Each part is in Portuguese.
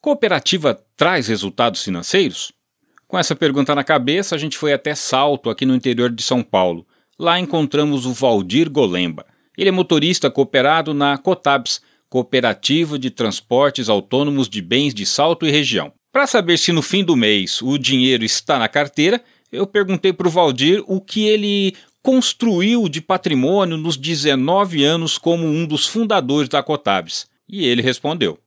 Cooperativa traz resultados financeiros? Com essa pergunta na cabeça, a gente foi até Salto, aqui no interior de São Paulo. Lá encontramos o Valdir Golemba. Ele é motorista cooperado na Cotabs, Cooperativa de Transportes Autônomos de Bens de Salto e Região. Para saber se no fim do mês o dinheiro está na carteira, eu perguntei para o Valdir o que ele construiu de patrimônio nos 19 anos como um dos fundadores da Cotabs. E ele respondeu.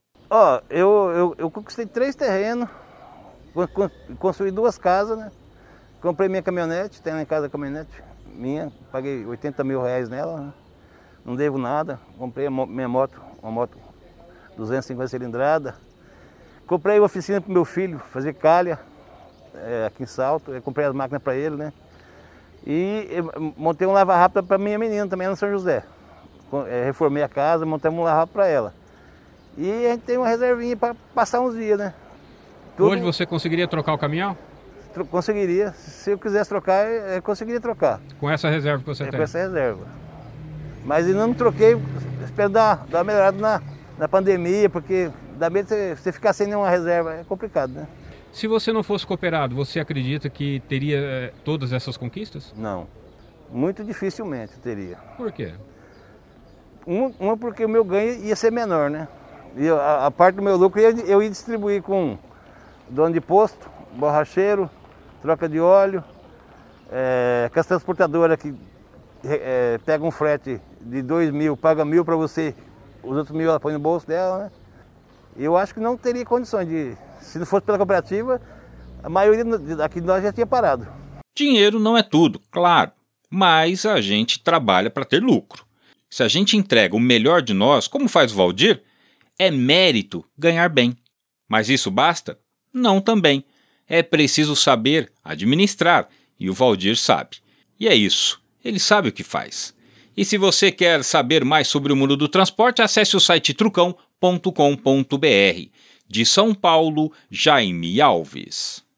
Eu conquistei 3 terrenos, construí 2 casas, né? Comprei minha caminhonete, tenho lá em casa a caminhonete minha, paguei R$80 mil nela, né? Não devo nada. Comprei minha moto, uma moto 250 cilindrada. Comprei uma oficina para o meu filho fazer calha aqui em Salto. Eu comprei as máquinas para ele, né? E montei um lava-rápido para minha menina também no São José. Reformei a casa, montei um lava-rápido para ela. E a gente tem uma reservinha para passar uns dias, né? Hoje você conseguiria trocar o caminhão? Conseguiria. Se eu quisesse trocar, eu conseguiria trocar. Com essa reserva que você tem? Com essa reserva. Mas eu não troquei, espero dar uma melhorada na pandemia, porque dá medo de você ficar sem nenhuma reserva, é complicado, né? Se você não fosse cooperado, você acredita que teria todas essas conquistas? Não. Muito dificilmente teria. Por quê? Uma porque o meu ganho ia ser menor, né? E a parte do meu lucro eu ia distribuir com dono de posto, borracheiro, troca de óleo, com as transportadoras que pega um frete de 2 mil, paga 1.000 para você, os outros 1.000 ela põe no bolso dela, né? Eu acho que não teria condições de, se não fosse pela cooperativa, a maioria daqui de nós já tinha parado. Dinheiro não é tudo, claro, mas a gente trabalha para ter lucro. Se a gente entrega o melhor de nós, como faz o Valdir, é mérito ganhar bem. Mas isso basta? Não também. É preciso saber administrar, e o Valdir sabe. E é isso, ele sabe o que faz. E se você quer saber mais sobre o mundo do transporte, acesse o site trucão.com.br. De São Paulo, Jaime Alves.